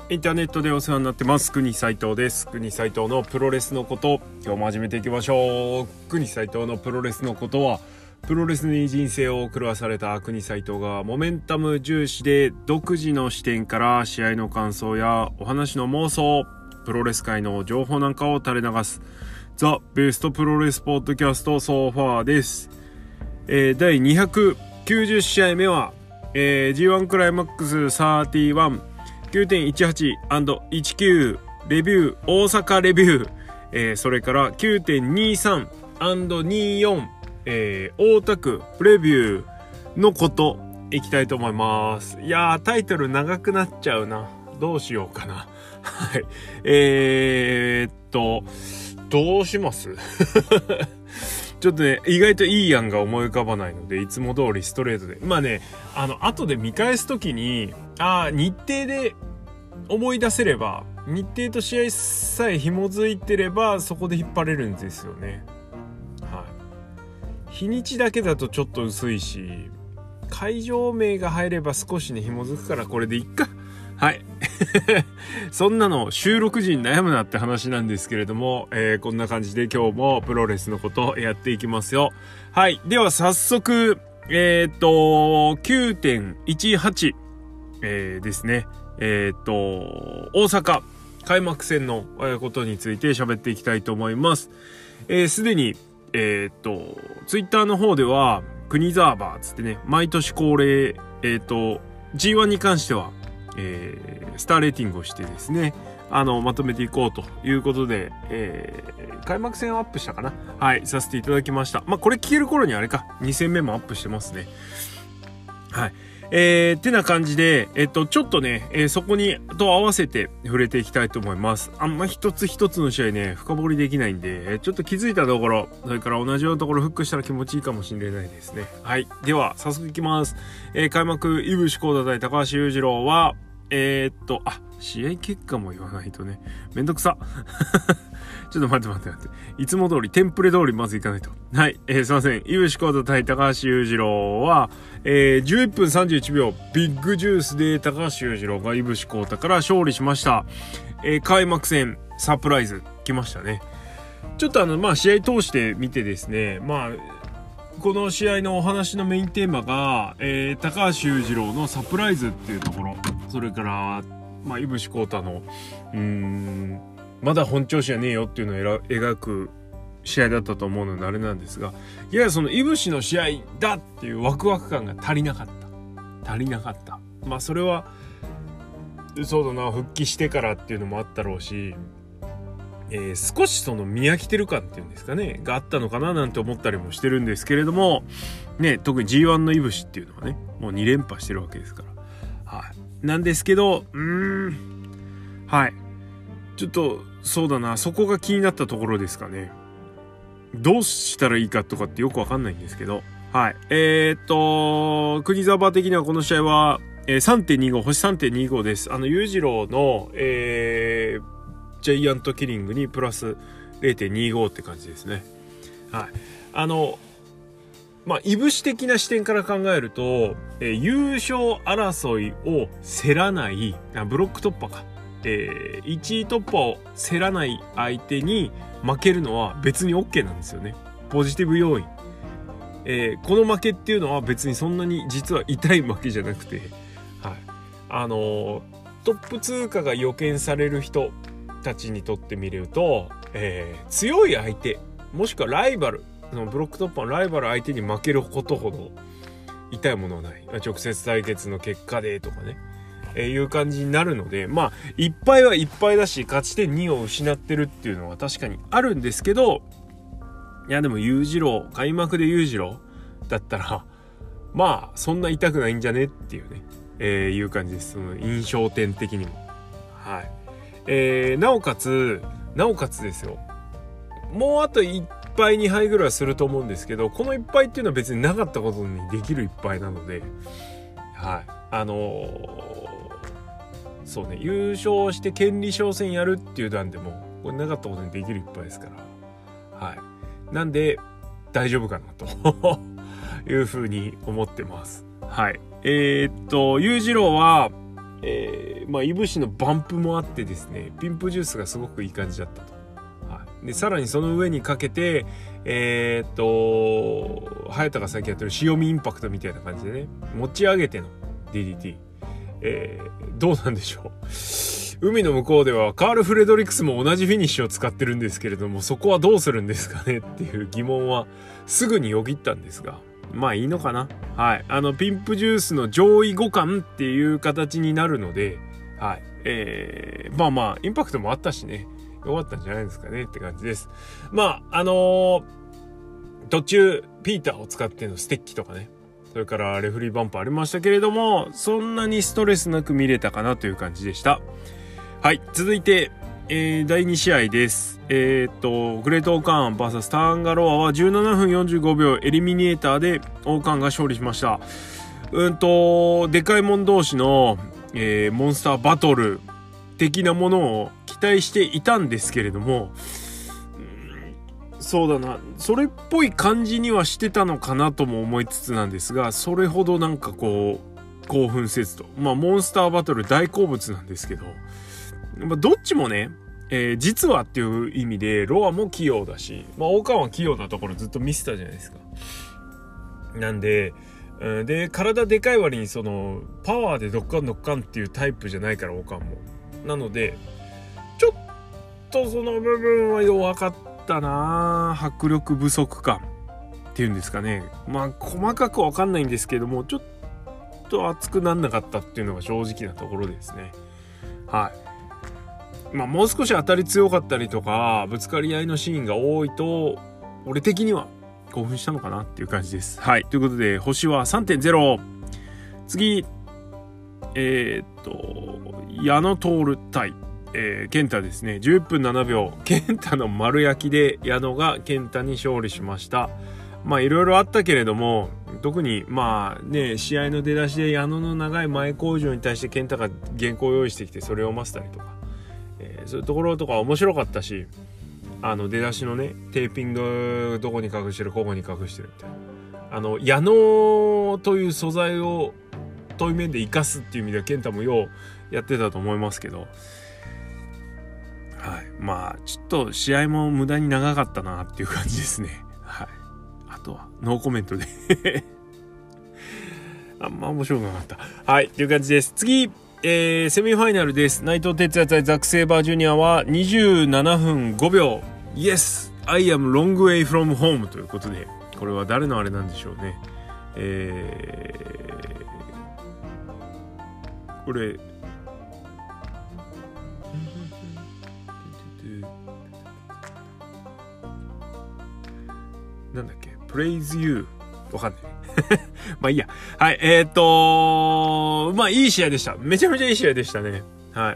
インターネットでお世話になってます国斉藤です。国斉藤のプロレスのこと、今日も始めていきましょう。国斉藤のプロレスのことは、プロレスに人生を狂わされた国斉藤がモメンタム重視で独自の視点から試合の感想やお話の妄想、プロレス界の情報なんかを垂れ流すザ・ベストプロレスポッドキャストソファーです。第290試合目は、G1 クライマックス 31、9.18&19 レビュー大阪レビュー、それから 9.23&24、大田区プレビューのこといきたいと思います。いやー、タイトル長くなっちゃうな。どうしようかな。はい。どうしますちょっとね、意外といい案が思い浮かばないので、いつも通りストレートで。まあね、後で見返すときに、日程で思い出せれば、日程と試合さえ紐づいてれば、そこで引っ張れるんですよね。はい。日にちだけだとちょっと薄いし、会場名が入れば少しね、紐づくからこれでいっか。はい。そんなの収録時に悩むなって話なんですけれども、こんな感じで今日もプロレスのことをやっていきますよ。はい。では早速、9.18、ですね。大阪開幕戦のことについて喋っていきたいと思います。すでに、ツイッターの方では、国ザーバーつってね、毎年恒例、G1 に関しては、スターレーティングをしてですね、まとめていこうということで、開幕戦をアップしたかな、はい、させていただきました。まあ、これ聞ける頃にあれか、2戦目もアップしてますね。はい。てな感じで、ちょっとね、そこに、と合わせて触れていきたいと思います。あんま一つ一つの試合ね、深掘りできないんで、ちょっと気づいたところ、それから同じようなところフックしたら気持ちいいかもしれないですね。はい。では、早速いきます。開幕、井伏浩太対高橋裕次郎は、試合結果も言わないとね、めんどくさ。ちょっと待って。いつも通り、テンプレ通りまずいかないと。はい。すいません。井伏浩太対高橋裕次郎は、11分31秒、ビッグジュースで高橋裕次郎が井伏浩太から勝利しました。開幕戦、サプライズ、来ましたね。ちょっと試合通して見てですね、この試合のお話のメインテーマが、高橋裕次郎のサプライズっていうところ、それから、井伏浩太の、まだ本調子じゃねえよっていうのを描く試合だったと思うのであれなんですが、いやその井伏の試合だっていうワクワク感が足りなかった。それはそうだな、復帰してからっていうのもあったろうし、少しその見飽きてる感っていうんですかねがあったのかななんて思ったりもしてるんですけれどもね、特に G1 の井伏っていうのはね、もう2連覇してるわけですから、はい、なんですけどはい、ちょっとそうだな、そこが気になったところですかね。どうしたらいいかとかってよくわかんないんですけど、はい、国ザバ的にはこの試合は、3.25 星 3.25 です。裕次郎の、ジャイアントキリングにプラス 0.25 って感じですね。はい。いぶし的な視点から考えると、優勝争いを競らないブロック突破か、1位突破を競らない相手に負けるのは別に OK なんですよね。ポジティブ要因。この負けっていうのは別にそんなに実は痛い負けじゃなくて、はい。トップ通過が予見される人たちにとってみると、強い相手、もしくはライバル、そのブロック突破のライバル相手に負けることほど痛いものはない。直接対決の結果でとかね、いう感じになるので、いっぱいはいっぱいだし、勝ち点2を失ってるっていうのは確かにあるんですけど、いやでも裕次郎、開幕で裕次郎だったら、そんな痛くないんじゃねっていうね、いう感じです。その印象点的にも。はい。なおかつですよ。もうあと1杯2杯ぐらいはすると思うんですけど、この1杯っていうのは別になかったことにできる1杯なので、はい。そうね、優勝して権利商戦やるっていう段でも、これなかったことにできる1杯ですから、はい。なんで、大丈夫かなというふうに思ってます。はい。裕次郎は、 まあいぶしのバンプもあってですね、ピンプジュースがすごくいい感じだったと。でさらにその上にかけて早田が最近やってる塩味インパクトみたいな感じでね、持ち上げての DDT、どうなんでしょう。海の向こうではカール・フレドリックスも同じフィニッシュを使ってるんですけれども、そこはどうするんですかねっていう疑問はすぐによぎったんですが、まあいいのかな。はい、ピンプジュースの上位互換っていう形になるので、はい、まあまあインパクトもあったしね、よかったんじゃないですかねって感じです。まあ途中ピーターを使ってのステッキとかね、それからレフリーバンプありましたけれども、そんなにストレスなく見れたかなという感じでした。はい、続いて、第2試合です。グレートオーカーン VS ターンガロアは17分45秒エリミネーターでオーカーンが勝利しました。でかいもん同士の、モンスターバトル的なものを期待していたんですけれども、そうだな、それっぽい感じにはしてたのかなとも思いつつなんですが、それほどなんかこう興奮せずと、まあモンスターバトル大好物なんですけど、まあ、どっちもね、実はっていう意味でロアも器用だし、まあオーカーンは器用なところずっと見せたじゃないですか。なんで、で体でかい割にそのパワーでドッカンドッカンっていうタイプじゃないから、オーカーンもなのでちょっとその部分は弱かったな。迫力不足感っていうんですかね。まあ細かくわかんないんですけども、ちょっと熱くなんなかったっていうのが正直なところですね。はい。まあもう少し当たり強かったりとかぶつかり合いのシーンが多いと俺的には興奮したのかなっていう感じです。はい。ということで星は 3.0。 次矢野徹対健太ですね。10分7秒健太の丸焼きで矢野が健太に勝利しました。まあいろいろあったけれども、特にまあね、試合の出だしで矢野の長い前工場に対して健太が原稿を用意してきてそれを読ませたりとか、そういうところとか面白かったし、出だしのねテーピングどこに隠してるここに隠してるみたいな、矢野という素材を遠い面で生かすっていう意味では健太もようやってたと思いますけど、はい、まあちょっと試合も無駄に長かったなっていう感じですね。はい、あとはノーコメントであんま面白くなかった。はいっていう感じです。次、セミファイナルです。内藤哲也対ザック・セイバージュニアは27分5秒 Yes I am long way from home ということで、これは誰のあれなんでしょうね。これなんだっけ、 Praise You わかんないまあいいや。はい、まあいい試合でした。めちゃめちゃいい試合でしたね。はい、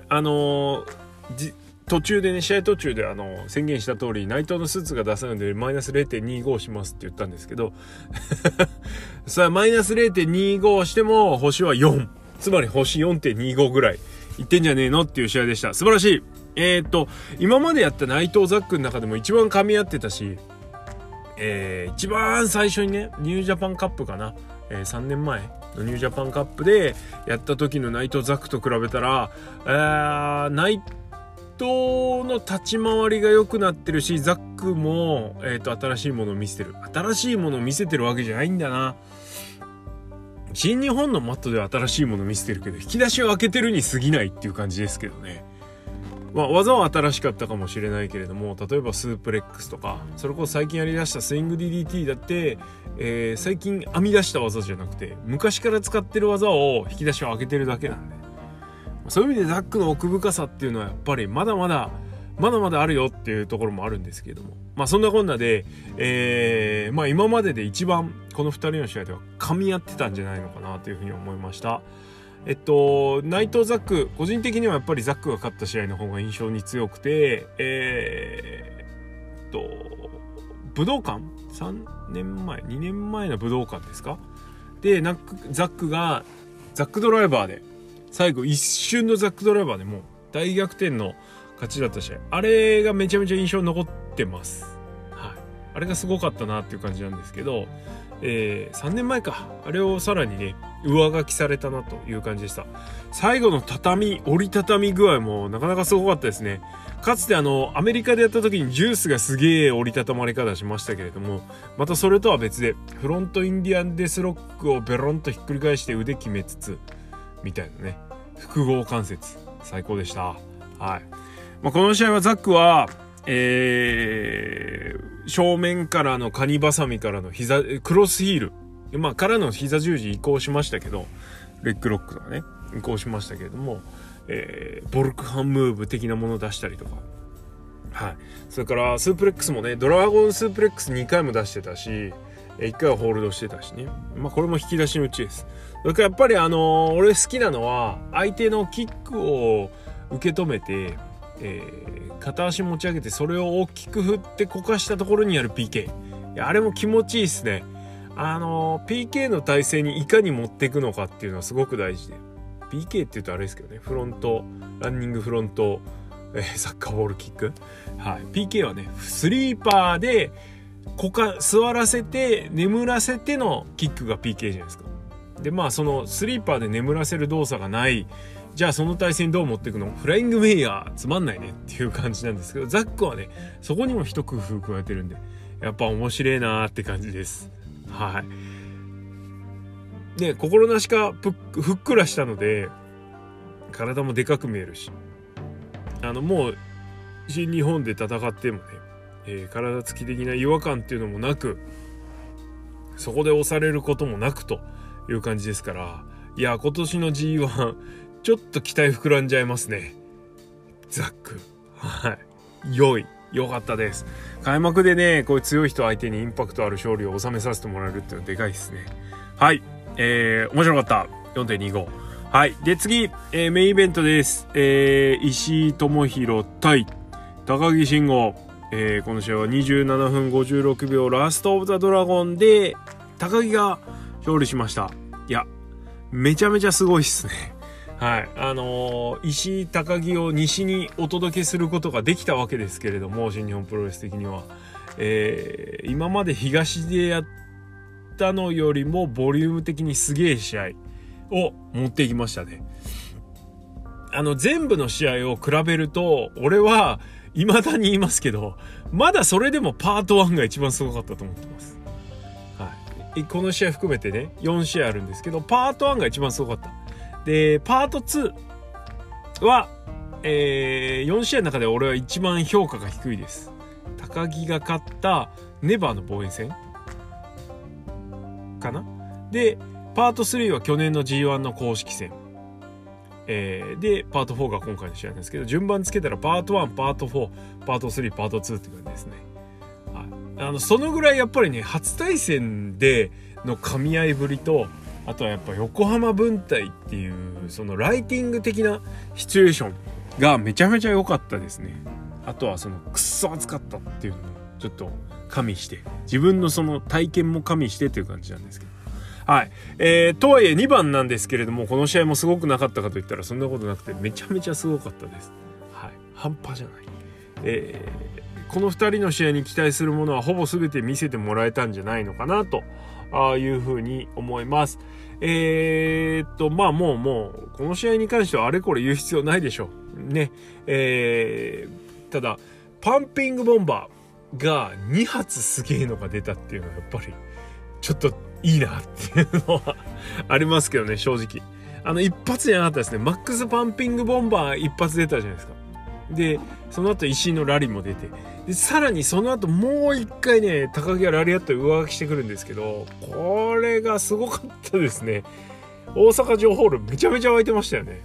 途中でね、試合途中で宣言した通り内藤のスーツが出せるのでマイナス 0.25 しますって言ったんですけどさあマイナス 0.25 しても星は4、つまり星 4.25 ぐらいいってんじゃねえのっていう試合でした。素晴らしい。今までやった内藤ザックの中でも一番噛み合ってたし、一番最初にねニュージャパンカップかな、3年前のニュージャパンカップでやった時の内藤ザックと比べたら、内藤の立ち回りが良くなってるし、ザックも、新しいものを見せてる。新しいものを見せてるわけじゃないんだな。新日本のマットでは新しいものを見せてるけど、引き出しを開けてるに過ぎないっていう感じですけどね。まあ、技は新しかったかもしれないけれども、例えばスープレックスとか、それこそ最近やりだしたスイング DDT だって、最近編み出した技じゃなくて昔から使ってる技を引き出しを開けてるだけなんで、そういう意味でザックの奥深さっていうのはやっぱりまだまだあるよっていうところもあるんですけれども、まあそんなこんなで、まあ今までで一番この2人の試合では噛み合ってたんじゃないのかなというふうに思いました。内藤ザック、個人的にはやっぱりザックが勝った試合の方が印象に強くて、武道館2年前の武道館ですかで、ザックドライバーで最後一瞬のザックドライバーでもう大逆転の勝ちだった試合、あれがめちゃめちゃ印象に残ってます。はい、 あれがすごかったなっていう感じなんですけど、3年前か、あれをさらにね上書きされたなという感じでした。最後の折りたたみ具合もなかなかすごかったですね。かつてアメリカでやった時にジュースがすげえ折りたたまれ方しましたけれども、またそれとは別でフロントインディアンデスロックをベロンとひっくり返して腕決めつつみたいなね、複合関節最高でした。はい。この試合はザックは正面からのカニバサミからのクロスヒール、からの膝十字移行しましたけど、レッグロックとかね移行しましたけれども、ボルクハンムーブ的なものを出したりとか、はい、それからスープレックスもね、ドラゴンスープレックス2回も出してたし、1回はホールドしてたしね、これも引き出しのうちです。それからやっぱり俺好きなのは相手のキックを受け止めて、片足持ち上げてそれを大きく振ってこかしたところにやる PK、 あれも気持ちいいですね。PK の体勢にいかに持っていくのかっていうのはすごく大事で、 PK って言うとあれですけどね、ランニングフロント、サッカーボールキック、はい、PK はねスリーパーで座らせて眠らせてのキックが PK じゃないですか。でそのスリーパーで眠らせる動作がない、じゃあその体勢にどう持っていくの、フライングメイヤーつまんないねっていう感じなんですけど、ザックはねそこにも一工夫加えてるんで、やっぱ面白いなーって感じです。はい。で心なしかふっくらしたので体もでかく見えるし、もう新日本で戦ってもね、体つき的な違和感っていうのもなく、そこで押されることもなくという感じですから、いや今年の G1 ちょっと期待膨らんじゃいますね、ザック。はい、良かったです。開幕でねこういう強い人相手にインパクトある勝利を収めさせてもらえるっていうのはでかいですね。はい、面白かった。 4.25。 はい。で次、メインイベントです。石井智弘対高木慎吾。この試合は27分56秒ラストオブザドラゴンで高木が勝利しました。いやめちゃめちゃすごいっすね。はい。石井高木を西にお届けすることができたわけですけれども、新日本プロレス的には、今まで東でやったのよりもボリューム的にすげえ試合を持っていきましたね。全部の試合を比べると俺は未だに言いますけど、まだそれでもパート1が一番すごかったと思ってます。はい。この試合含めてね4試合あるんですけど、パート1が一番すごかった。でパート2は、4試合の中で俺は一番評価が低いです。高木が勝ったネバーの防衛戦かな。でパート3は去年の G1 の公式戦、でパート4が今回の試合なんですけど、順番つけたらパート1パート4パート3パート2って感じですね。はい、そのぐらいやっぱりね初対戦での噛み合いぶりと、あとはやっぱ横浜分隊っていうそのライティング的なシチュエーションがめちゃめちゃ良かったですね。あとはそのクソ暑かったっていうのもちょっと加味して、自分のその体験も加味してっていう感じなんですけど、はい。とはいえ2番なんですけれども、この試合もすごくなかったかといったらそんなことなくてめちゃめちゃすごかったです。はい。半端じゃない。この2人の試合に期待するものはほぼ全て見せてもらえたんじゃないのかなというふうに思います。もうこの試合に関してはあれこれ言う必要ないでしょうね。ただパンピングボンバーが2発すげえのが出たっていうのはやっぱりちょっといいなっていうのはありますけどね、正直。一発じゃなかったですね。マックスパンピングボンバー一発出たじゃないですか。でその後石井のラリーも出て、でさらにその後もう一回ね高木がラリアット上書きしてくるんですけど、これがすごかったですね。大阪城ホールめちゃめちゃ湧いてましたよね。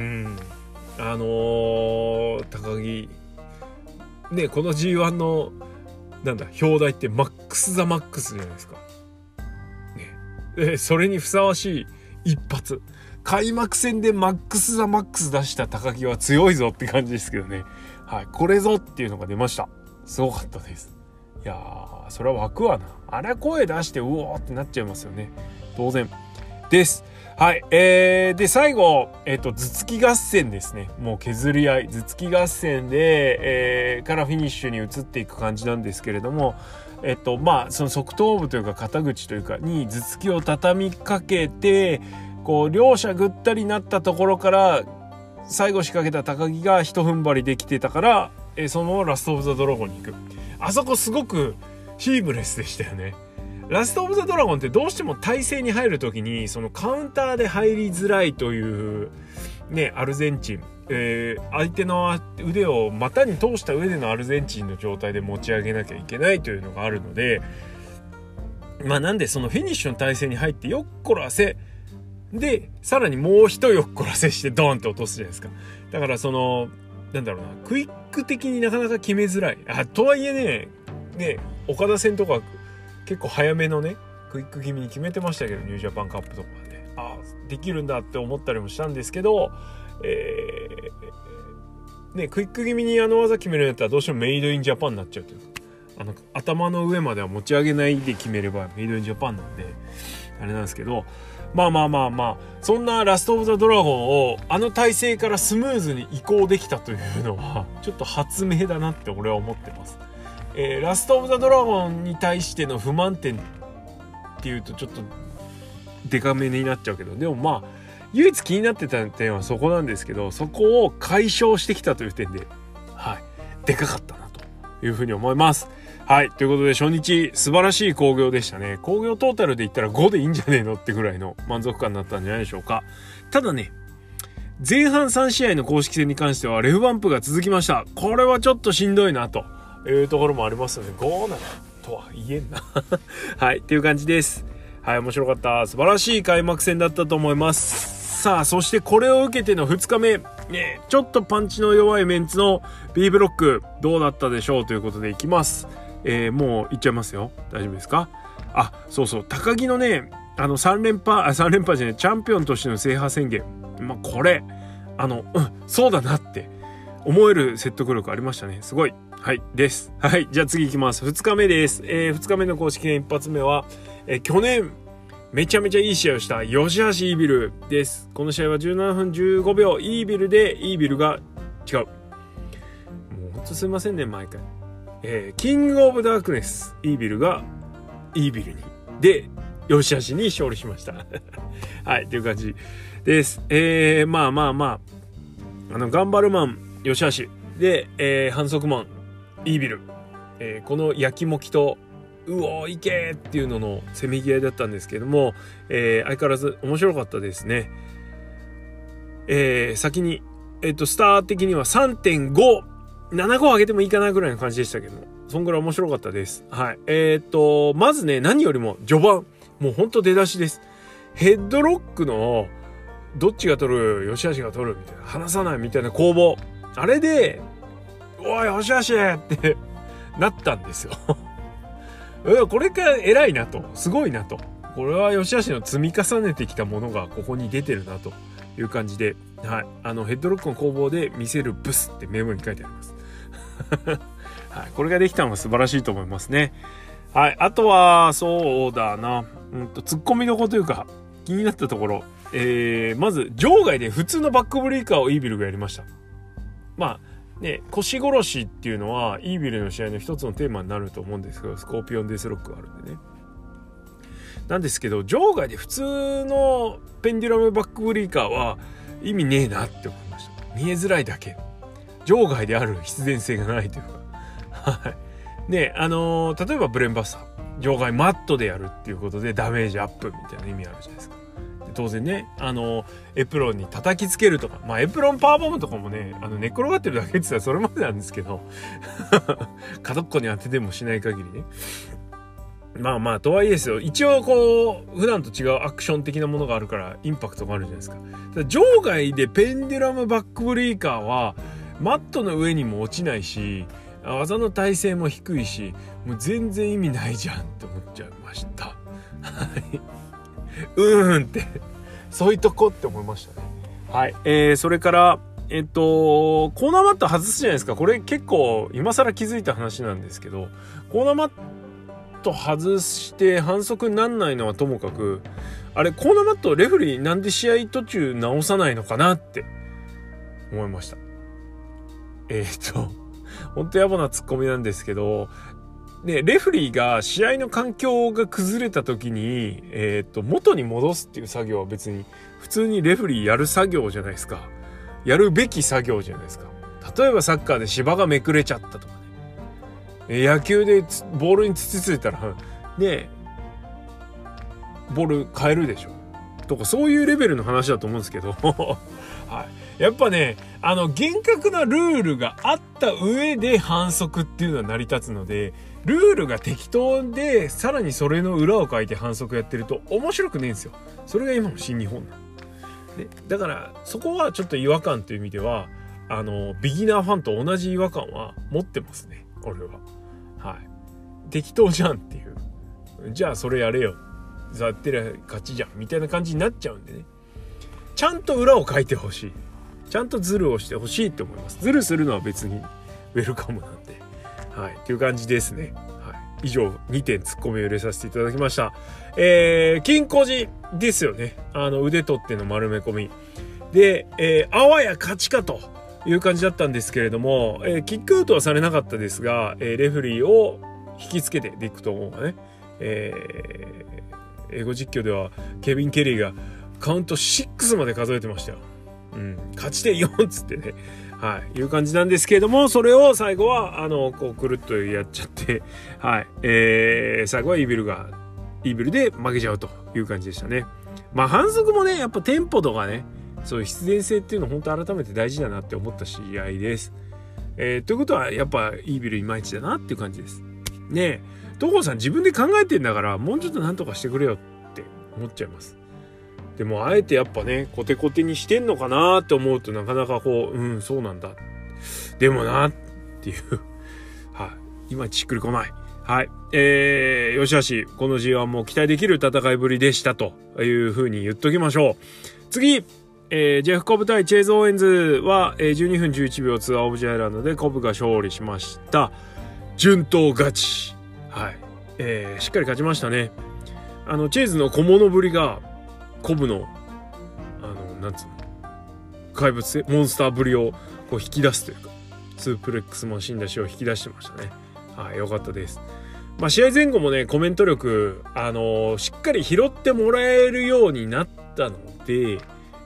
高木ね、この G1 の表題ってマックス・ザ・マックスじゃないですか、ね、でそれにふさわしい一発、開幕戦でマックス・ザ・マックス出した高木は強いぞって感じですけどね。はい、これぞっていうのが出ました。すごかったです。いやー、それは湧くわな。あれ声出してうおーってなっちゃいますよね。当然です。はい。で、最後、頭突き合戦ですね。もう削り合い。頭突き合戦で、からフィニッシュに移っていく感じなんですけれども、 まあその側頭部というか肩口というかに頭突きを畳みかけて、こう両者ぐったりなったところから最後仕掛けた高木が一踏ん張りできてたから、そのままラストオブザドラゴンに行く。あそこすごくシームレスでしたよね。ラストオブザドラゴンってどうしても体勢に入るときにそのカウンターで入りづらいというね、アルゼンチン、相手の腕を股に通した上でのアルゼンチンの状態で持ち上げなきゃいけないというのがあるので、まあなんでそのフィニッシュの体勢に入ってよっこらせで、さらにもう一よっこらせしてドーンって落とすじゃないですか。だからそのなんだろうな、クイック的になかなか決めづらい。とはいえね岡田戦とか結構早めのねクイック気味に決めてましたけど、ニュージャパンカップとかね、できるんだって思ったりもしたんですけど、クイック気味に技決めるんだったらどうしてもメイドインジャパンになっちゃうというか、頭の上までは持ち上げないで決めればメイドインジャパンなんであれなんですけど、まあそんなラストオブザドラゴンを体勢からスムーズに移行できたというのはちょっと発明だなって俺は思ってます。ラストオブザドラゴンに対しての不満点っていうとちょっとデカめになっちゃうけど、でもまあ唯一気になってた点はそこなんですけど、そこを解消してきたという点で、でかかったなというふうに思います。はい、ということで初日素晴らしい興行でしたね。興行トータルで言ったら5でいいんじゃねえのってぐらいの満足感だったんじゃないでしょうか。ただね、前半3試合の公式戦に関してはレフバンプが続きました。これはちょっとしんどいなというところもありますので、5ならとは言えんなはい、っていう感じです。はい、面白かった。素晴らしい開幕戦だったと思います。さあ、そしてこれを受けての2日目、ね、ちょっとパンチの弱いメンツの B ブロックどうだったでしょうということでいきます。もういっちゃいますよ。大丈夫ですか？そうそう、高木のね、3連覇じゃない、チャンピオンとしての制覇宣言。これ、そうだなって思える説得力ありましたね。すごい。はい、です。はい、じゃあ次いきます。2日目です。2日目の公式戦一発目は、去年、めちゃめちゃいい試合をした吉橋イービルです。この試合は17分15秒、イービルで、イービルが違う。もうほんとすいませんね、毎回。キングオブダークネス、イービルがイービルに。で、吉橋に勝利しました。はい、という感じです。頑張るマン、吉橋。で、反則マン、イービル。この焼きもきと、うおーいけーっていうののせめぎ合いだったんですけども、相変わらず面白かったですね。先に、スター的には 3.5、7個上げてもいいかなぐらいの感じでしたけども、そんぐらい面白かったです。はい。まずね、何よりも序盤、もうほんと出だしです。ヘッドロックの、どっちが取る、吉橋が取るみたいな、離さないみたいな攻防。あれで、おい、吉橋ってなったんですよ。これから偉いなと、すごいなと。これは吉橋の積み重ねてきたものがここに出てるなという感じで、はい。ヘッドロックの攻防で見せるブスってメモに書いてあります。はい。これができたのは素晴らしいと思いますね。はい。あとは、そうだな。ツッコミどころというか、気になったところ、まず、場外で普通のバックブレイカーをイービルがやりました。腰殺しっていうのはイービルの試合の一つのテーマになると思うんですけど、スコーピオンデスロックがあるんでね。なんですけど、場外で普通のペンデュラムバックブレイカーは意味ねえなって思いました。見えづらいだけ。場外である必然性がないというか。はい。で、例えばブレンバスター。場外マットでやるっていうことでダメージアップみたいな意味あるじゃないですか。当然ね、エプロンに叩きつけるとか、エプロンパワーボムとかもね、寝っ転がってるだけって言ったらそれまでなんですけど、角っこに当ててもしない限りね。とはいえですよ。一応こう、普段と違うアクション的なものがあるからインパクトがあるじゃないですか。ただ場外でペンデュラムバックブレイカーは、マットの上にも落ちないし、技の耐性も低いし、もう全然意味ないじゃんって思っちゃいました。はい。ってそういうとこって思いましたね。はい。それからコーナーマット外すじゃないですか。これ結構今更気づいた話なんですけど、コーナーマット外して反則になんないのはともかく、あれコーナーマットレフェリーなんで試合途中直さないのかなって思いました。本当野暮なツッコミなんですけど、 で、レフリーが試合の環境が崩れた時に、元に戻すっていう作業は別に普通にレフリーやる作業じゃないですか。やるべき作業じゃないですか。例えばサッカーで芝がめくれちゃったとかね。野球でボールに土ついたら、ね、ボール変えるでしょ。とかそういうレベルの話だと思うんですけど、はい。やっぱね、厳格なルールがあった上で反則っていうのは成り立つので、ルールが適当で、さらにそれの裏を書いて反則やってると面白くねえんですよ。それが今の新日本なの。で、だから、そこはちょっと違和感という意味では、ビギナーファンと同じ違和感は持ってますね。俺は。はい。適当じゃんっていう。じゃあそれやれよ。やってりゃ勝ちじゃん。みたいな感じになっちゃうんでね。ちゃんと裏を書いてほしい。ちゃんとズルをしてほしいって思います。ズルするのは別にウェルカムなんで。はい。という感じですね。はい。以上、2点ツッコミを入れさせていただきました。金庫寺ですよね。腕取っての丸め込み。で、あわや勝ちかという感じだったんですけれども、キックアウトはされなかったですが、レフェリーを引きつけて、ディック・トモがね、英語実況ではケビン・ケリーがカウント6まで数えてましたよ。うん、勝ち点4つってね、はい、いう感じなんですけれども、それを最後はこうくるっとやっちゃって、はい、最後はイービルで負けちゃうという感じでしたね。まあ反則もね、やっぱテンポとかね、そういう必然性っていうのを本当改めて大事だなって思った試合です。ということはやっぱイービルいまいちだなっていう感じです。ねえ、所さん自分で考えてんだからもうちょっとなんとかしてくれよって思っちゃいます。でもあえてやっぱねコテコテにしてんのかなって思うとなかなかこうそうなんだでもなっていうはいいまいちしっくりこない。はいよしあしこの G1 も期待できる戦いぶりでしたという風に言っときましょう。次ジェフ・コブ対チェイズ・オーエンズは、12分11秒ツアーオブジャイランドでコブが勝利しました。順当勝ち。はい。しっかり勝ちましたね。チェイズの小物ぶりがコブのなんつうの怪物性モンスターぶりをこう引き出すというかスープレックスマシン出しを引き出してましたね。はい、よかったです。まあ試合前後もねコメント力しっかり拾ってもらえるようになったので。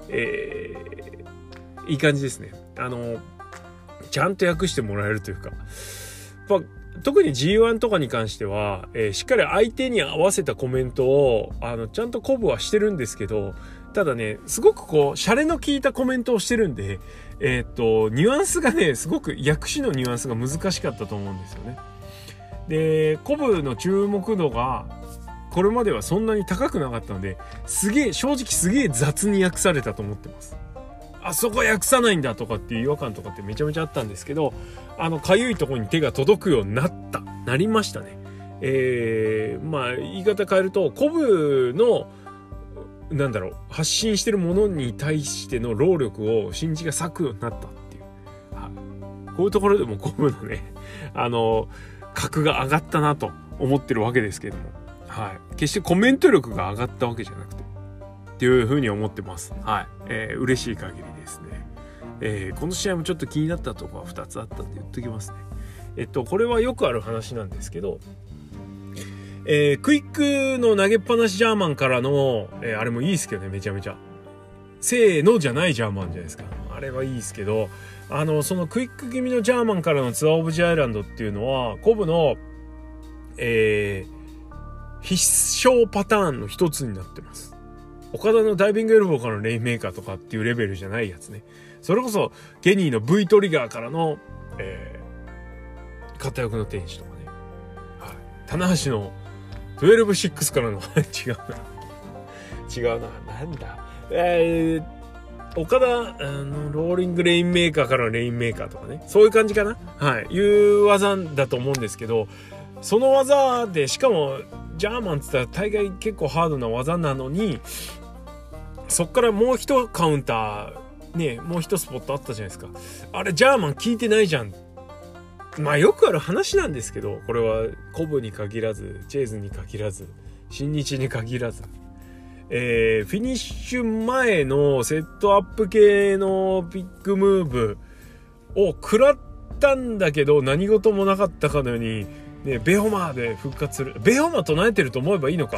いい感じですね。ちゃんと訳してもらえるというか、特に G1 とかに関しては、しっかり相手に合わせたコメントをちゃんと鼓舞はしてるんですけど、ただねすごくこうシャレの効いたコメントをしてるんで、ニュアンスがねすごく訳詞のニュアンスが難しかったと思うんですよね。で鼓舞の注目度がこれまではそんなに高くなかったので正直すげえ雑に訳されたと思ってます。あそこ訳さないんだとかっていう違和感とかってめちゃめちゃあったんですけどかゆいところに手が届くようになりましたね。まあ言い方変えるとコブの発信してるものに対しての労力を新人が割くようになったっていう、こういうところでもコブのね格が上がったなと思ってるわけですけれども、はい、決してコメント力が上がったわけじゃなくてっていう風に思ってます。はい、嬉しい限りですね。この試合もちょっと気になったところは2つあったんで言っときますね。これはよくある話なんですけど、クイックの投げっぱなしジャーマンからの、あれもいいですけどね、めちゃめちゃせーのじゃないジャーマンじゃないですか。あれはいいですけど、そのクイック気味のジャーマンからのツアーオブジアイランドっていうのはコブの必勝パターンの一つになってます。岡田のダイビングエルボーからのレインメーカーとかっていうレベルじゃないやつね。それこそケニーの V トリガーからの、片翼の天使とかね、はい、棚橋の12-6からの違うななんだ岡田ローリングレインメーカーからのレインメーカーとかね、そういう感じかな、はい、いう技だと思うんですけど、その技でしかもジャーマンって言ったら大概結構ハードな技なのに、そっからもう一カウンターね、もう一スポットあったじゃないですか。あれジャーマン効いてないじゃん。まあよくある話なんですけど、これはコブに限らずチェイズに限らず新日に限らず、フィニッシュ前のセットアップ系のビッグムーブを食らったんだけど何事もなかったかのようにね、ベホマーで復活する。ベホマー唱えてると思えばいいのか。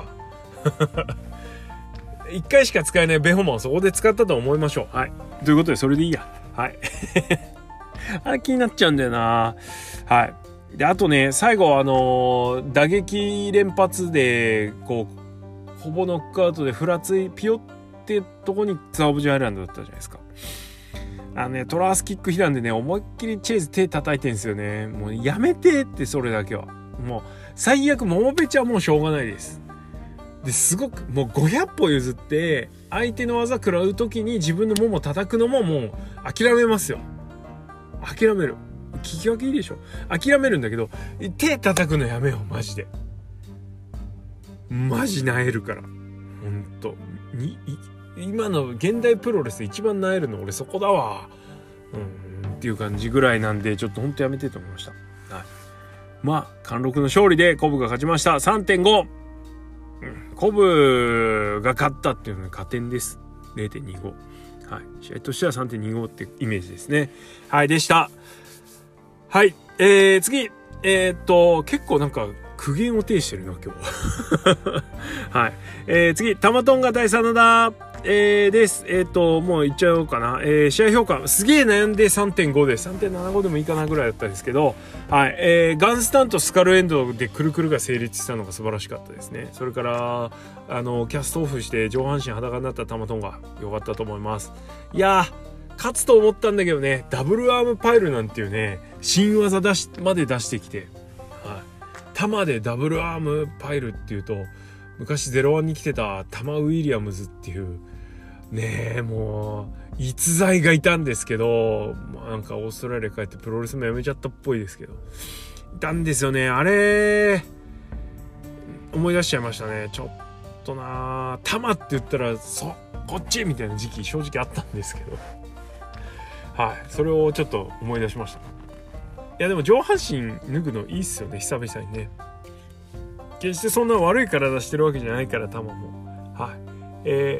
一回しか使えないベホマーをそこで使ったと思いましょう。はい。ということで、それでいいや。はい。あれ気になっちゃうんだよな。はい。で、あとね、最後、打撃連発で、こう、ほぼノックアウトでふらつい、ピヨってとこにツアーオブジアイランドだったじゃないですか。トラースキック被弾でね、思いっきりチェイス手叩いてんですよね。もうやめてって、それだけは。もう、最悪、モモペチはもうしょうがないです。で、すごく、もう500歩譲って、相手の技食らう時に自分のモモ叩くのももう諦めますよ。諦める。聞き分けいいでしょ。諦めるんだけど、手叩くのやめよう、マジで。マジ萎えるから。ほんと。今の現代プロレスで一番萎えるの俺そこだわ。っていう感じぐらいなんで、ちょっとほんとやめてと思いました。はい。まあ、貫禄の勝利でコブが勝ちました。3.5。コブが勝ったっていうのは加点です。0.25。はい。試合としては 3.25 ってイメージですね。はい、でした。はい。次。結構なんか苦言を呈してるな、今日。はい。次、タマトンが第3のだ。です。もう言っちゃおうかな。試合評価。すげえ悩んで 3.5 です。3.75 でもいいかなぐらいだったんですけど、はい。ガンスタンとスカルエンドでくるくるが成立したのが素晴らしかったですね。それから、キャストオフして上半身裸になったタマトンが良かったと思います。いやー、勝つと思ったんだけどね、ダブルアームパイルなんていうね、新技まで出してきて、はい。玉でダブルアームパイルっていうと、昔01に来てたタマ・ウィリアムズっていう、ねえ、もう逸材がいたんですけど、なんかオーストラリア帰ってプロレスもやめちゃったっぽいですけど、いたんですよね。あれ思い出しちゃいましたね。ちょっとな、タマって言ったらこっちみたいな時期正直あったんですけど、はい、それをちょっと思い出しました。いやでも上半身脱ぐのいいっすよね、久々にね。決してそんな悪い体してるわけじゃないから、タマも。はい。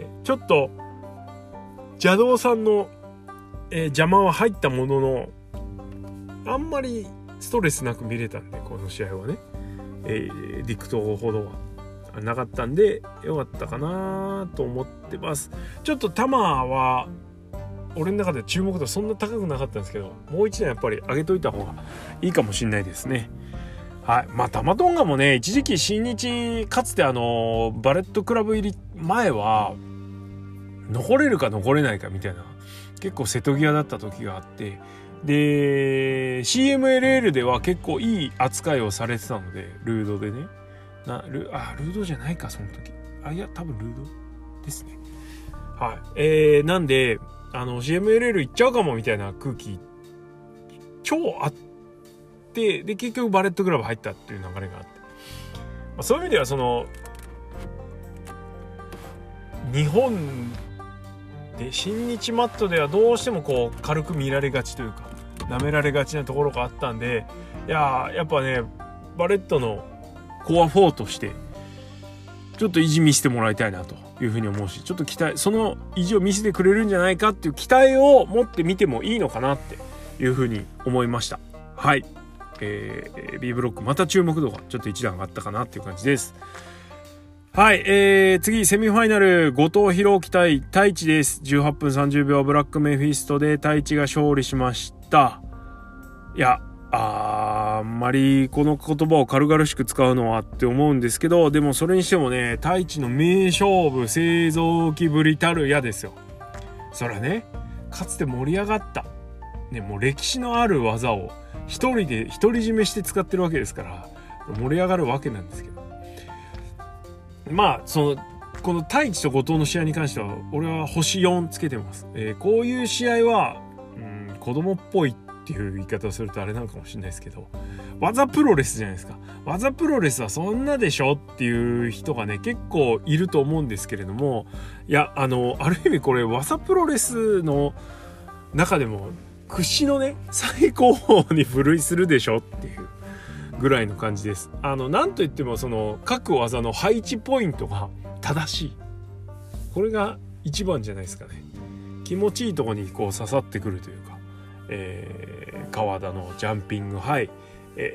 ちょっと邪道さんの、邪魔は入ったものの、あんまりストレスなく見れたんで、この試合はね、陸東ほどはなかったんでよかったかなと思ってます。ちょっとタマは俺の中で注目度そんな高くなかったんですけど、もう一段やっぱり上げといた方がいいかもしれないですね。はい。まあタマトンガもね、一時期新日かつてバレットクラブ入り前は残れるか残れないかみたいな結構瀬戸際だった時があって、で CMLL では結構いい扱いをされてたので、ルードでね、ルードじゃないかその時、いや多分ルードですね。はい。なんでCMLL 行っちゃうかもみたいな空気超あって、で結局バレットクラブ入ったっていう流れがあって、そういう意味ではその日本で新日マットではどうしてもこう軽く見られがちというか舐められがちなところがあったんで、やっぱねバレットのコア4としてちょっと意地見せてもらいたいなというふうに思うし、ちょっと期待、その意地を見せてくれるんじゃないかっていう期待を持ってみてもいいのかなっていうふうに思いました。はい。B ブロックまた注目度がちょっと一段上がったかなっていう感じです。はい、次セミファイナル後藤弘樹対太一です。18分30秒ブラックメフィストで太一が勝利しました。いや、あんまりこの言葉を軽々しく使うのはって思うんですけど、でもそれにしてもね、太一の名勝負製造機ぶりたるやですよ。それはね、かつて盛り上がったね、もう歴史のある技を一人で独り占めして使ってるわけですから盛り上がるわけなんですけど、まあこの太一と後藤の試合に関しては俺は星4つけてます。こういう試合は、子供っぽいっていう言い方をするとあれなのかもしれないですけど、技プロレスじゃないですか。技プロレスはそんなでしょっていう人がね結構いると思うんですけれども、いやある意味これ技プロレスの中でも屈指のね最高峰に分類するでしょっていうぐらいの感じです。なんといってもその各技の配置ポイントが正しい、これが一番じゃないですかね。気持ちいいところにこう刺さってくるというか、川田のジャンピングハイ、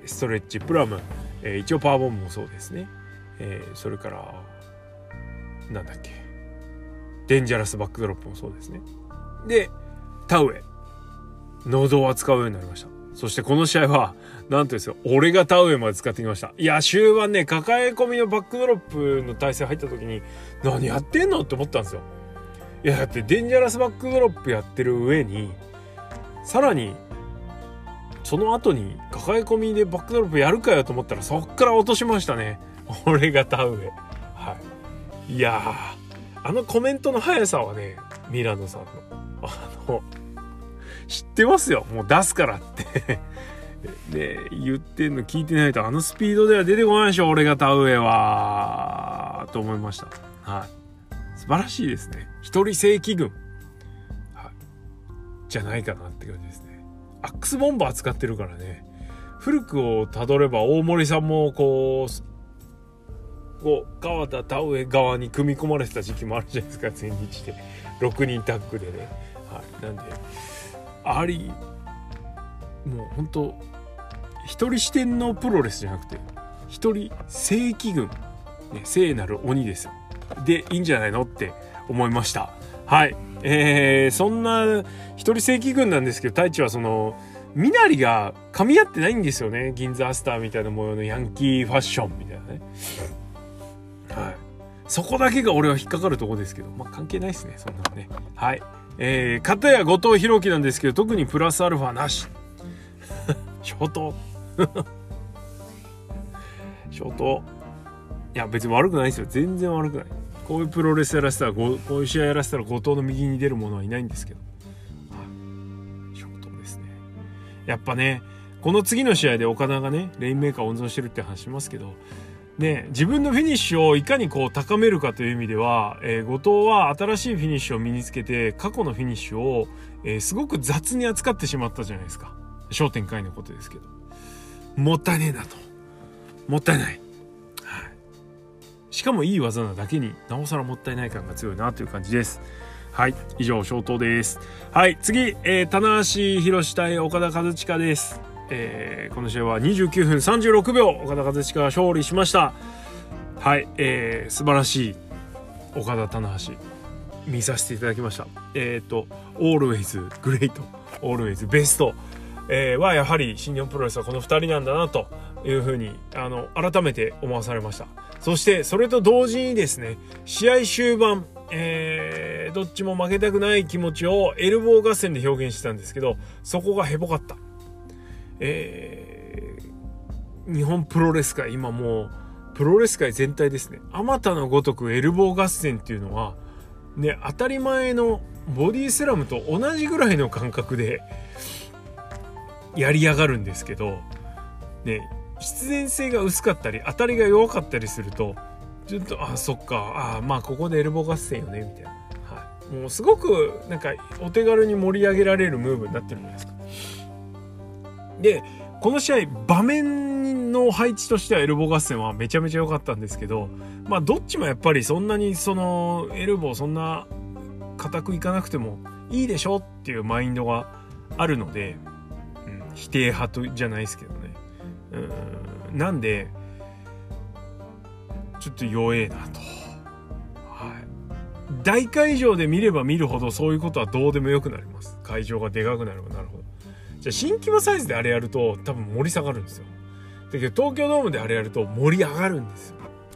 ストレッチプラム、一応パワーボムもそうですね、それからなんだっけデンジャラスバックドロップもそうですね。で田植えノードを扱うようになりました。そしてこの試合はなんとですよ、俺が田植えまで使ってきました。いや終盤ね、抱え込みのバックドロップの体勢入った時に何やってんのって思ったんですよ。いやだってデンジャラスバックドロップやってる上にさらにその後に抱え込みでバックドロップやるかよと思ったらそっから落としましたね。俺が田植え。はい。いやー、あのコメントの速さはね、ミラノさんの知ってますよ。もう出すからってね、言ってんの聞いてないとあのスピードでは出てこないでしょ。俺が田植えはと思いました。はい。素晴らしいですね。一人正規軍、はい、じゃないかなって感じですね。アックスボンバー使ってるからね。古くをたどれば大森さんもこう川田田植え側に組み込まれてた時期もあるじゃないですか。全日で6人タッグでね、はい、なんでありもう本当一人視点のプロレスじゃなくて一人正規軍、ね、聖なる鬼ですよでいいんじゃないのって思いました。はい、そんな一人正規軍なんですけど、太一はその身なりが噛み合ってないんですよね。銀座アスターみたいな模様のヤンキーファッションみたいなね、はい、そこだけが俺は引っかかるとこですけど、まあ関係ないですね、そんなのね。はい、片や後藤弘樹なんですけど、特にプラスアルファなし消灯消灯、いや別に悪くないですよ、全然悪くない。こういうプロレスやらせたらこういう試合やらせたら後藤の右に出る者はいないんですけど、消灯ですね。やっぱね、この次の試合で岡田がねレインメーカー温存してるって話しますけどね、自分のフィニッシュをいかにこう高めるかという意味では、後藤は新しいフィニッシュを身につけて過去のフィニッシュを、すごく雑に扱ってしまったじゃないですか。商店会のことですけど、もったいねえなと、もったいない、はい、しかもいい技なだけになおさらもったいない感が強いなという感じです。はい、以上消灯です。はい、次、棚橋宏対岡田和親です。この試合は29分36秒岡田和親が勝利しました。はい、素晴らしい岡田棚橋見させていただきました。Always Great Always Best、はやはり新日本プロレスはこの2人なんだなというふうに改めて思わされました。そしてそれと同時にですね、試合終盤、どっちも負けたくない気持ちをエルボー合戦で表現してたんですけど、そこがヘボかった。日本プロレス界、今もうプロレス界全体ですね、あまたのごとくエルボー合戦っていうのはね、当たり前のボディスラムと同じぐらいの感覚でやりやがるんですけどね、必然性が薄かったり当たりが弱かったりするとちょっとそっか、まあここでエルボー合戦よねみたいな、はい、もうすごくなんかお手軽に盛り上げられるムーブになってるじゃないですか。でこの試合場面の配置としてはエルボー合戦はめちゃめちゃ良かったんですけど、まあどっちもやっぱりそんなにそのエルボーそんな固くいかなくてもいいでしょっていうマインドがあるので、否定派じゃないですけどね、なんでちょっと弱えなと、はい、大会場で見れば見るほどそういうことはどうでもよくなります。会場がでかくなればなるほど。じゃあ新規模サイズであれやると多分盛り下がるんですよ。だけど東京ドームであれやると盛り上がるんですよ。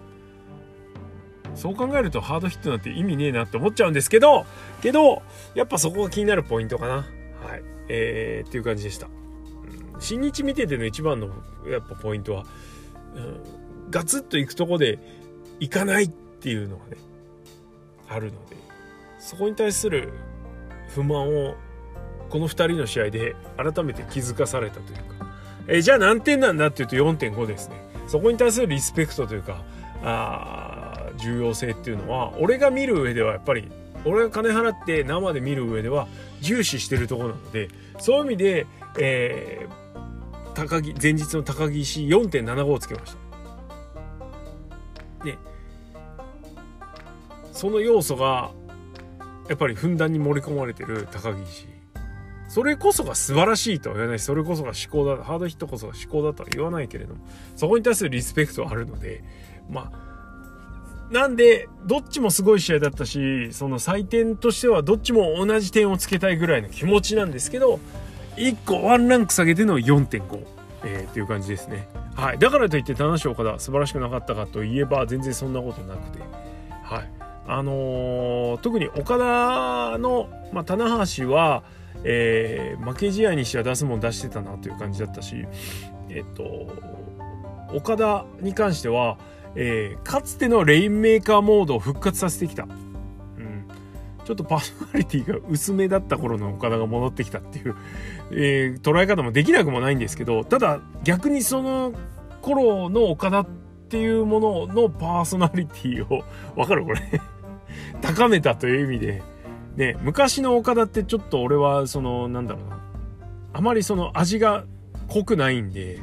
そう考えるとハードヒットなんて意味ねえなって思っちゃうんですけどやっぱそこが気になるポイントかな。はい、っていう感じでした。新日見てての一番のやっぱポイントは、ガツッと行くとこで行かないっていうのがねあるので、そこに対する不満をこの2人の試合で改めて気づかされたというか、じゃあ何点なんだっていうと 4.5 ですね。そこに対するリスペクトというか重要性っていうのは俺が見る上ではやっぱり俺が金払って生で見る上では重視してるところなので、そういう意味で、前日の高木石 4.75 をつけました。でその要素がやっぱりふんだんに盛り込まれてる高木石それこそが素晴らしいとは言わないし、それこそが思考だ、ハードヒットこそが思考だとは言わないけれども、そこに対するリスペクトはあるので、なんでどっちもすごい試合だったし、その採点としてはどっちも同じ点をつけたいぐらいの気持ちなんですけど、1個ワンランク下げての 4.5、っていう感じですね。はい。だからといって棚橋岡田素晴らしくなかったかといえば全然そんなことなくて、はい。特に岡田の、棚橋は、負け試合にしては出すもん出してたなという感じだったし、岡田に関しては、かつてのレインメーカーモードを復活させてきた。ちょっとパーソナリティが薄めだった頃の岡田が戻ってきたっていう、捉え方もできなくもないんですけど、ただ逆にその頃の岡田っていうもののパーソナリティをわかるこれ高めたという意味で、ね、昔の岡田ってちょっと俺はそのなんだろうな、あまりその味が濃くないんで、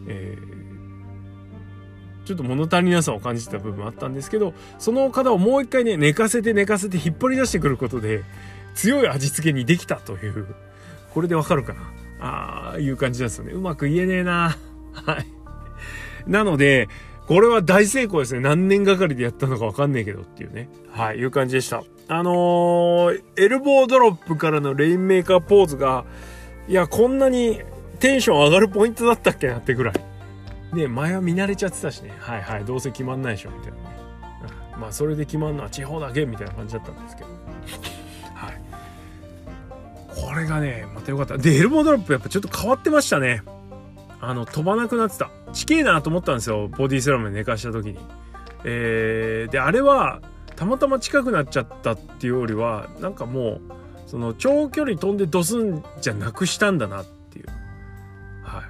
ちょっと物足りなさを感じた部分あったんですけど、その岡田をもう一回ね寝かせて引っ張り出してくることで強い味付けにできたという、これでわかるかな、いう感じなんですよね。うまく言えねえなはい。なのでこれは大成功ですね。何年がかりでやったのかわかんねえけどっていうね、はい、いう感じでした。エルボードロップからのレインメーカーポーズが、いやこんなにテンション上がるポイントだったっけなってぐらいね、前は見慣れちゃってたしね、はいはい、どうせ決まんないでしょみたいなね、それで決まんのは地方だけみたいな感じだったんですけど、はい、これがねまた良かった。でエルボードロップやっぱちょっと変わってましたね。飛ばなくなってた。近えなと思ったんですよ、ボディスラムで寝かした時に。であれはたまたま近くなっちゃったっていうよりは、なんかもうその長距離飛んでドスンじゃなくしたんだなっていう、はい、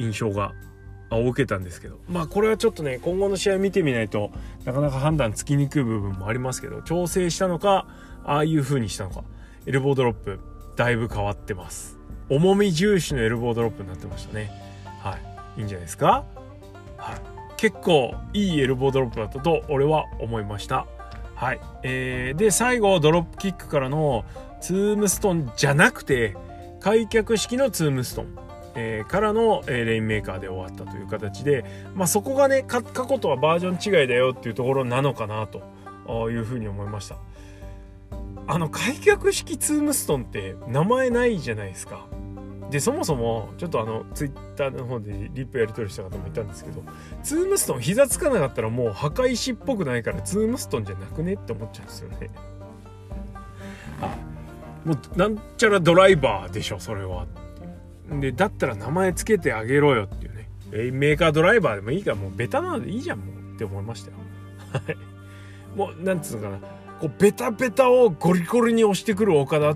印象がを受けたんですけど、これはちょっとね今後の試合見てみないとなかなか判断つきにくい部分もありますけど、調整したのかああいう風にしたのか、エルボードロップだいぶ変わってます。重み重視のエルボードロップになってましたね。はい、いいんじゃないですか。はい、結構いいエルボードロップだったと俺は思いました。はい、で最後ドロップキックからのツームストンじゃなくて開脚式のツームストンからの、レインメーカーで終わったという形で、そこがね過去とはバージョン違いだよっていうところなのかなというふうに思いました。開脚式ツームストンって名前ないじゃないですか。でそもそもちょっとツイッターの方でリップやり取りした方もいたんですけど、ツームストン膝つかなかったらもう墓石っぽくないからツームストンじゃなくねって思っちゃうんですよね。もうなんちゃらドライバーでしょそれは。でだったら名前つけてあげろよっていうね、メーカードライバーでもいいからもうベタなのでいいじゃんもうって思いましたよ。はいもうなんつうのかな、こうベタベタをゴリゴリに押してくる岡田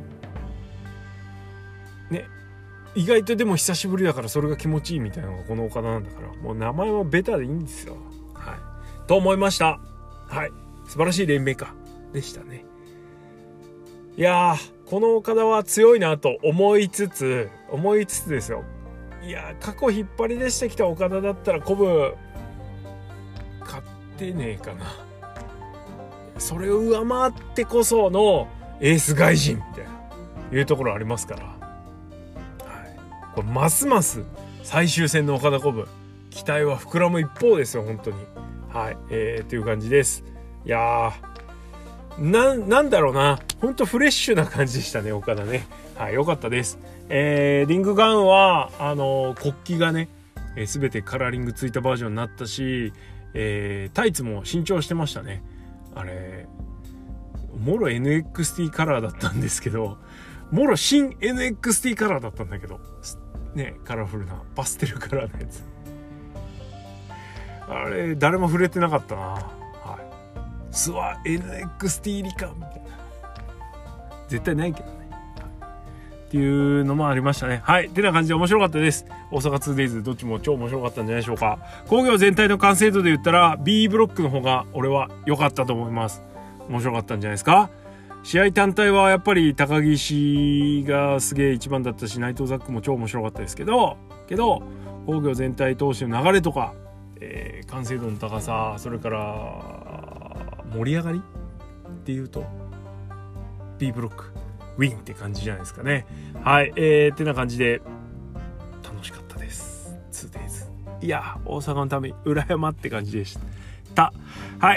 ね、意外とでも久しぶりだからそれが気持ちいいみたいなのがこの岡田なんだから、もう名前はベタでいいんですよ。はいと思いました。はい素晴らしいレインメーカーでしたね。いやーこの岡田は強いなと思いつつですよ。いや過去引っ張り出してきた岡田だったら鼓舞勝ってねえかな。それを上回ってこそのエース外人みたいないうところありますから、はい、これますます最終戦の岡田鼓舞期待は膨らむ一方ですよ本当に。はい、という感じです。いやなんだろうな、ほんとフレッシュな感じでしたね岡田ね。はい良かったです。リングガンは国旗がね、全てカラーリングついたバージョンになったし、タイツも新調してましたね。あれもろ NXT カラーだったんですけど、もろ新 NXT カラーだったんだけどね、カラフルなパステルカラーのやつ、あれ誰も触れてなかったな。スワ NXT リカみたいな絶対ないけどね、っていうのもありましたね。はいてな感じで面白かったです。大阪 2days どっちも超面白かったんじゃないでしょうか。工業全体の完成度で言ったら B ブロックの方が俺は良かったと思います。面白かったんじゃないですか。試合単体はやっぱり高岸がすげえ一番だったし、内藤ザックも超面白かったですけど工業全体通しての流れとか、完成度の高さ、それから盛り上がりっていうと B ブロックウィンって感じじゃないですかね。はい、ってな感じで楽しかったです。2days。いや、大阪のために裏山って感じでした。はい、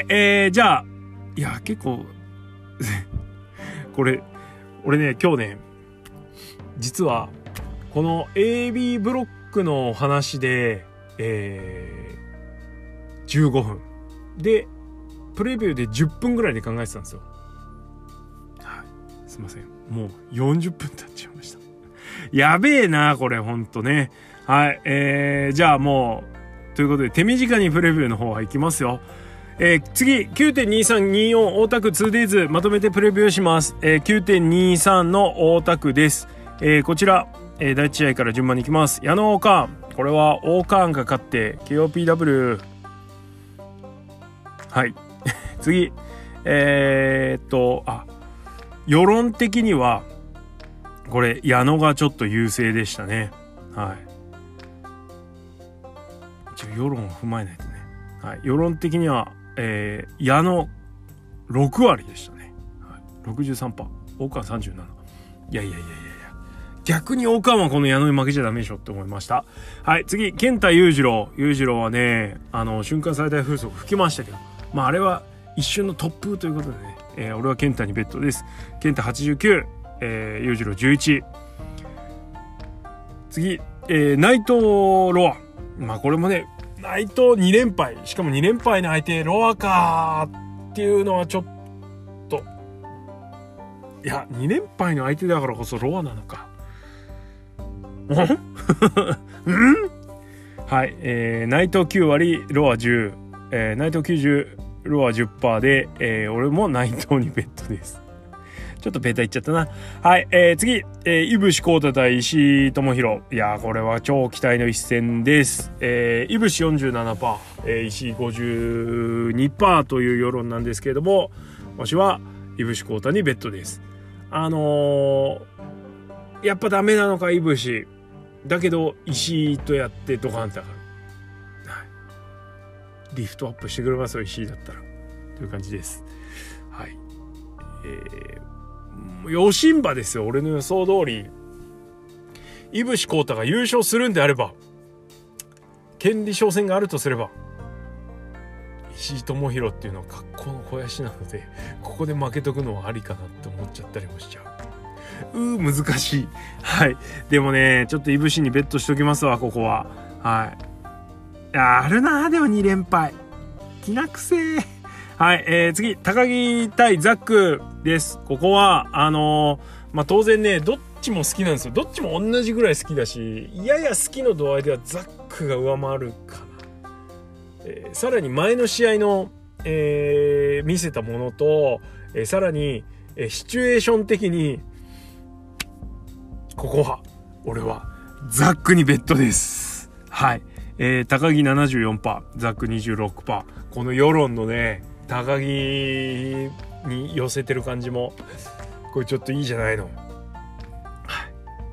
じゃあ、いや、結構、これ、俺ね、今日ね、実は、この AB ブロックの話で、15分。で、プレビューで10分ぐらいで考えてたんですよ。はい。すいません。もう40分経っちゃいました。やべえな、これ、ほんとね。はい。じゃあもう、ということで、手短にプレビューの方は行きますよ。次、9.2324 大田区 2days まとめてプレビューします。9.23 の大田区です。こちら、第1試合から順番に行きます。矢野オーカーン。これはオーカーンが勝って、KOPW。はい。次、世論的には、これ、矢野がちょっと優勢でしたね。はい。一応世論を踏まえないとね。はい。世論的には、矢野6割でしたね。はい、63%。オーカーン37。いや。逆にオーカーンはこの矢野に負けちゃダメでしょって思いました。はい。次、健太裕次郎。裕次郎はね、瞬間最大風速吹きましたけど、まああれは一瞬の突風ということでね、俺は健太にベットです。健太89、裕次郎11。次、内藤ロア。まあこれもね、内藤2連敗。しかも2連敗の相手、ロアかーっていうのはちょっと。いや、2連敗の相手だからこそロアなのか。うんはい、内藤9割、ロア10。内藤90、ロア 10% で、俺も内藤にベットです。ちょっとベタいっちゃったな。はい、次、井伏浩太対石井智弘。いやー、これは超期待の一戦です。井伏 47%、石井 52% という世論なんですけれども、わしは井伏浩太にベットです。やっぱダメなのか、井伏。だけど、石井とやってドカンと上がる。はい。リフトアップしてくれますよ、石井だったら。という感じです。はい。ヨシンバですよ、俺の予想通り。井伏浩太が優勝するんであれば、権利商戦があるとすれば、石井智弘っていうのは格好の肥やしなので、ここで負けとくのはありかなって思っちゃったりもしちゃう。難しい。はい。でもね、ちょっと井伏にベットしときますわ、ここは。はい。あるな、でも2連敗。気なくせー。はい。次、高木対ザックです。ここは、まあ、当然ね、どっちも好きなんですよ。どっちも同じぐらい好きだし、やや好きの度合いではザックが上回るかな。さらに前の試合の、見せたものと、さらに、シチュエーション的に、ここは、俺は、ザックにベットです。はい。高木 74%、ザック 26%。この世論のね、高木に寄せてる感じも、これちょっといいじゃないの。はい。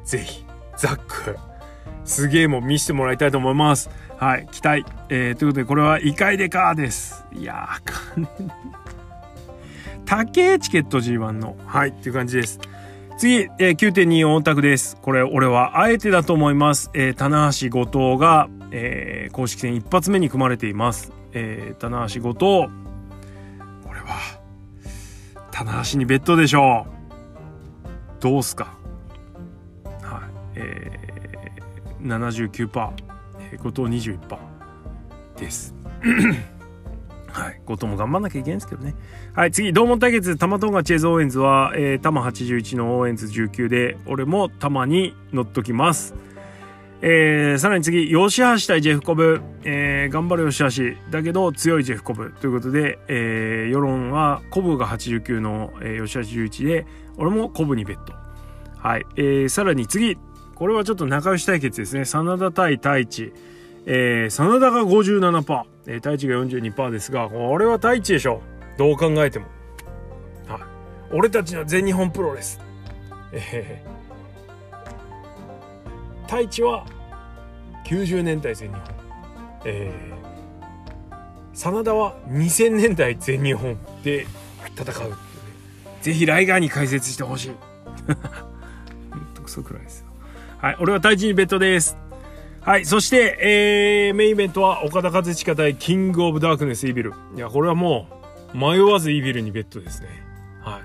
ぜひ、ザック、すげえもん見せてもらいたいと思います。はい。期待。ということで、これは、イカイデカーです。いやー、金高えチケット G1 の。はい。っていう感じです。次、9.24 大田区です。これ、俺はあえてだと思います。棚橋後藤が、公式戦一発目に組まれています。棚橋後藤。これは、棚橋にベットでしょう。どうすか。はい。79%、後藤 21% です。はい。後藤も頑張んなきゃいけないんですけどね。はい。次、同門対決、玉トンガチェズ・オーエンズは、玉81のオーエンズ19で、俺も玉に乗っときます。さらに次、吉橋対ジェフコブ。頑張る吉橋。だけど、強いジェフコブ。ということで、世論は、コブが89の、吉橋11で、俺もコブにベット。はい。さらに次、これはちょっと仲良し対決ですね。真田対太一。真田が 57%、太一が 42% ですが、これは太一でしょ。どう考えても。はい。俺たちの全日本プロレス。太一は90年代全日本。真田は2000年代全日本で戦うっていうね。ぜひライガーに解説してほしい。 クソくらいですよ。はい、俺は対地にベッドです。はい、そして、メインイベントは岡田和親対キングオブダークネスイービル。いや、これはもう迷わずイービルにベッドですね。はい、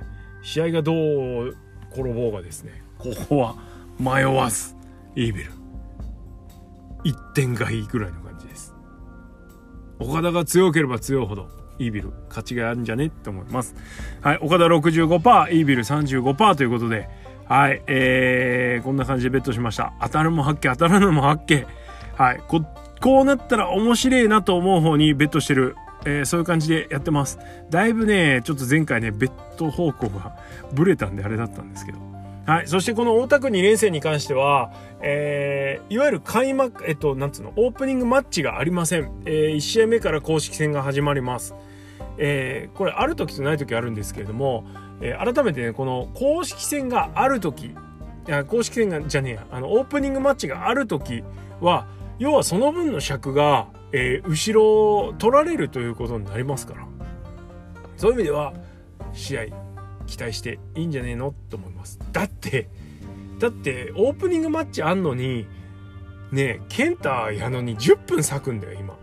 試合がどう転ぼうがですね、ここは迷わずイービル。1点がいいぐらいの感じです。岡田が強ければ強いほどイービル勝ちがあるんじゃねって思います。はい、岡田 65%、イービル 35% ということで、はい、こんな感じでベットしました。当たるも発見、当たらぬも発見。はい、こうなったら面白いなと思う方にベットしてる、そういう感じでやってます。だいぶね、ちょっと前回ね、ベット方向がブレたんであれだったんですけど。はい、そしてこの大田区2連戦に関しては、いわゆる開幕、なんつうの、オープニングマッチがありません。1試合目から公式戦が始まります。これある時とない時あるんですけれども、改めてね、この公式戦がある時、公式戦がじゃねえや、オープニングマッチがある時は、要はその分の尺が、後ろを取られるということになりますから、そういう意味では試合期待していいんじゃねえのと思います。だってオープニングマッチあんのにね、ケンタやのに10分割くんだよ今。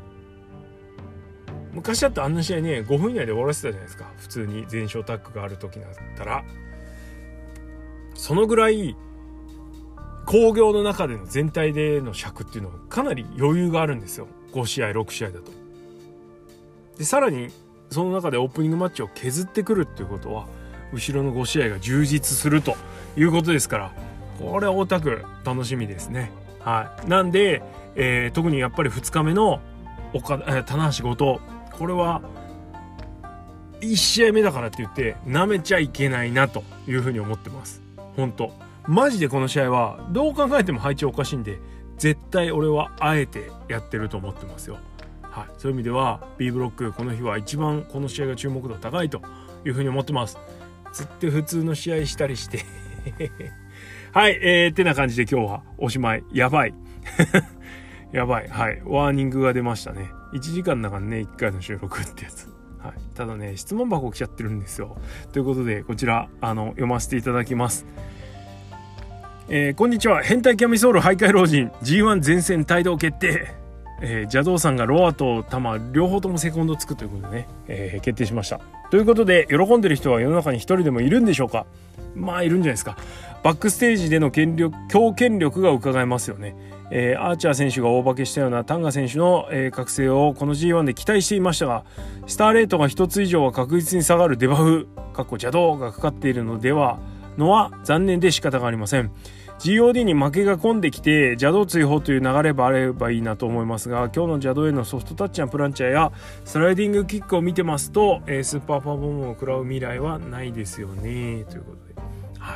昔だとあんな試合ね5分以内で終わらせたじゃないですか、普通に全勝タッグがある時だったら。そのぐらい興行の中での全体での尺っていうのはかなり余裕があるんですよ、5試合6試合だと。でさらにその中でオープニングマッチを削ってくるっていうことは、後ろの5試合が充実するということですから、これは大田区楽しみですね。はい、なんで、特にやっぱり2日目の棚橋後藤、これは1試合目だからって言って舐めちゃいけないなというふうに思ってます。本当マジでこの試合はどう考えても配置おかしいんで、絶対俺はあえてやってると思ってますよ。はい、そういう意味では B ブロックこの日は一番この試合が注目度高いというふうに思ってます。つって普通の試合したりしてはい、ってな感じで今日はおしまい。やばいやばい。はい、ワーニングが出ましたね。1時間の中にね1回の収録ってやつ。はい、ただね質問箱来ちゃってるんですよ。ということでこちら読ませていただきます。こんにちは。変態キャミソール徘徊老人 G1 前線帯同決定。邪道さんがロアとタマ両方ともセコンドつくということでね、決定しました。ということで喜んでる人は世の中に一人でもいるんでしょうか。まあいるんじゃないですか。バックステージでの強権力が伺えますよね。アーチャー選手が大化けしたようなタンガ選手の、覚醒をこの G1 で期待していましたが、スターレートが一つ以上は確実に下がるデバフ邪道がかかっているのは残念で仕方がありません。GOD に負けが込んできて邪道追放という流れがあればいいなと思いますが、今日の邪道へのソフトタッチなプランチャーやスライディングキックを見てますと、スーパーパワーボムを食らう未来はないですよねということで、はい、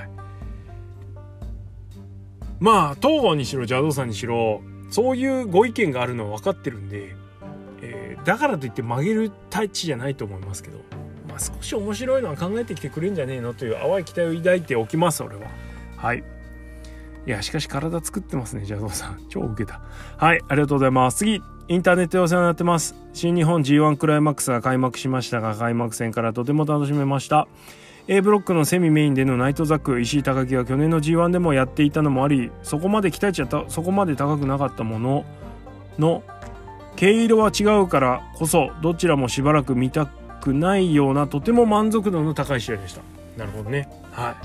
まあ東郷にしろ邪道さんにしろそういうご意見があるのは分かってるんで、だからといって曲げるタッチじゃないと思いますけど、まあ、少し面白いのは考えてきてくれるんじゃねえのという淡い期待を抱いておきます。俺ははい。いやしかし体作ってますね、邪道さん。超ウケた。はい、ありがとうございます。次、インターネットでお世話になってます。新日本 G1 クライマックスが開幕しましたが、開幕戦からとても楽しめました。A ブロックのセミメインでのナイトザック、石井貴樹は去年の G1 でもやっていたのもあり、そこまで期待値はそこまで高くなかったものの、毛色は違うからこそどちらもしばらく見たくないようなとても満足度の高い試合でした。なるほどね。はい、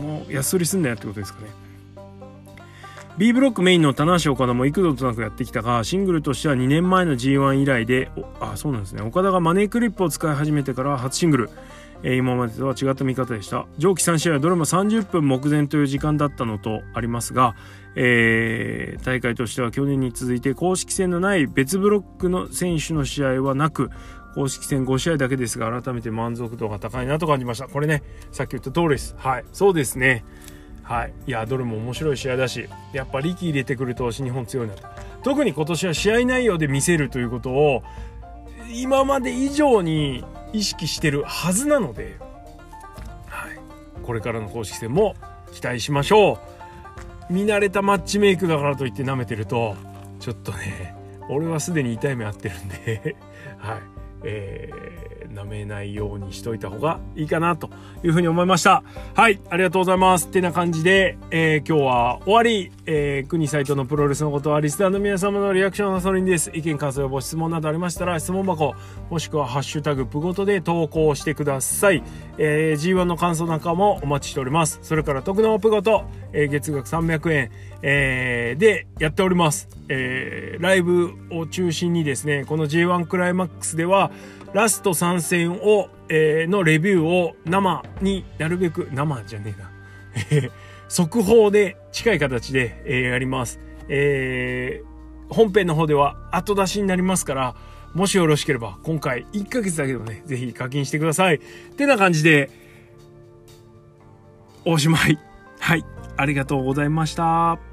もう安売りすんなよってことですかね。B ブロックメインの棚橋岡田も幾度となくやってきたが、シングルとしては2年前の G1 以来で、そうなんですね。岡田がマネークリップを使い始めてから初シングル、今までとは違った見方でした。上記3試合はどれも30分目前という時間だったのとありますが、大会としては去年に続いて公式戦のない別ブロックの選手の試合はなく、公式戦5試合だけですが、改めて満足度が高いなと感じました。これね、さっき言った通りです。はい、そうですね。はい、いやどれも面白い試合だし、やっぱ力入れてくると新日本強いなと。特に今年は試合内容で見せるということを今まで以上に意識してるはずなので、はい、これからの公式戦も期待しましょう。見慣れたマッチメイクだからといって舐めてるとちょっとね、俺はすでに痛い目合ってるんではい、 舐めないようにしといた方がいいかなというふうに思いました。はい、ありがとうございます。ってな感じで、今日は終わり。国サイトのプロレスのことはリスナーの皆様のリアクションのそれにです。意見感想やご質問などありましたら質問箱もしくはハッシュタグプごとで投稿してください。G1 の感想なんかもお待ちしております。それから徳のプごと、月額300円、でやっております。ライブを中心にですね、この G1 クライマックスではラスト3戦を、のレビューを生になるべく生じゃねえな速報で近い形で、やります。本編の方では後出しになりますから、もしよろしければ今回1ヶ月だけでもね、ぜひ課金してください。ってな感じでおしまい。はい、ありがとうございました。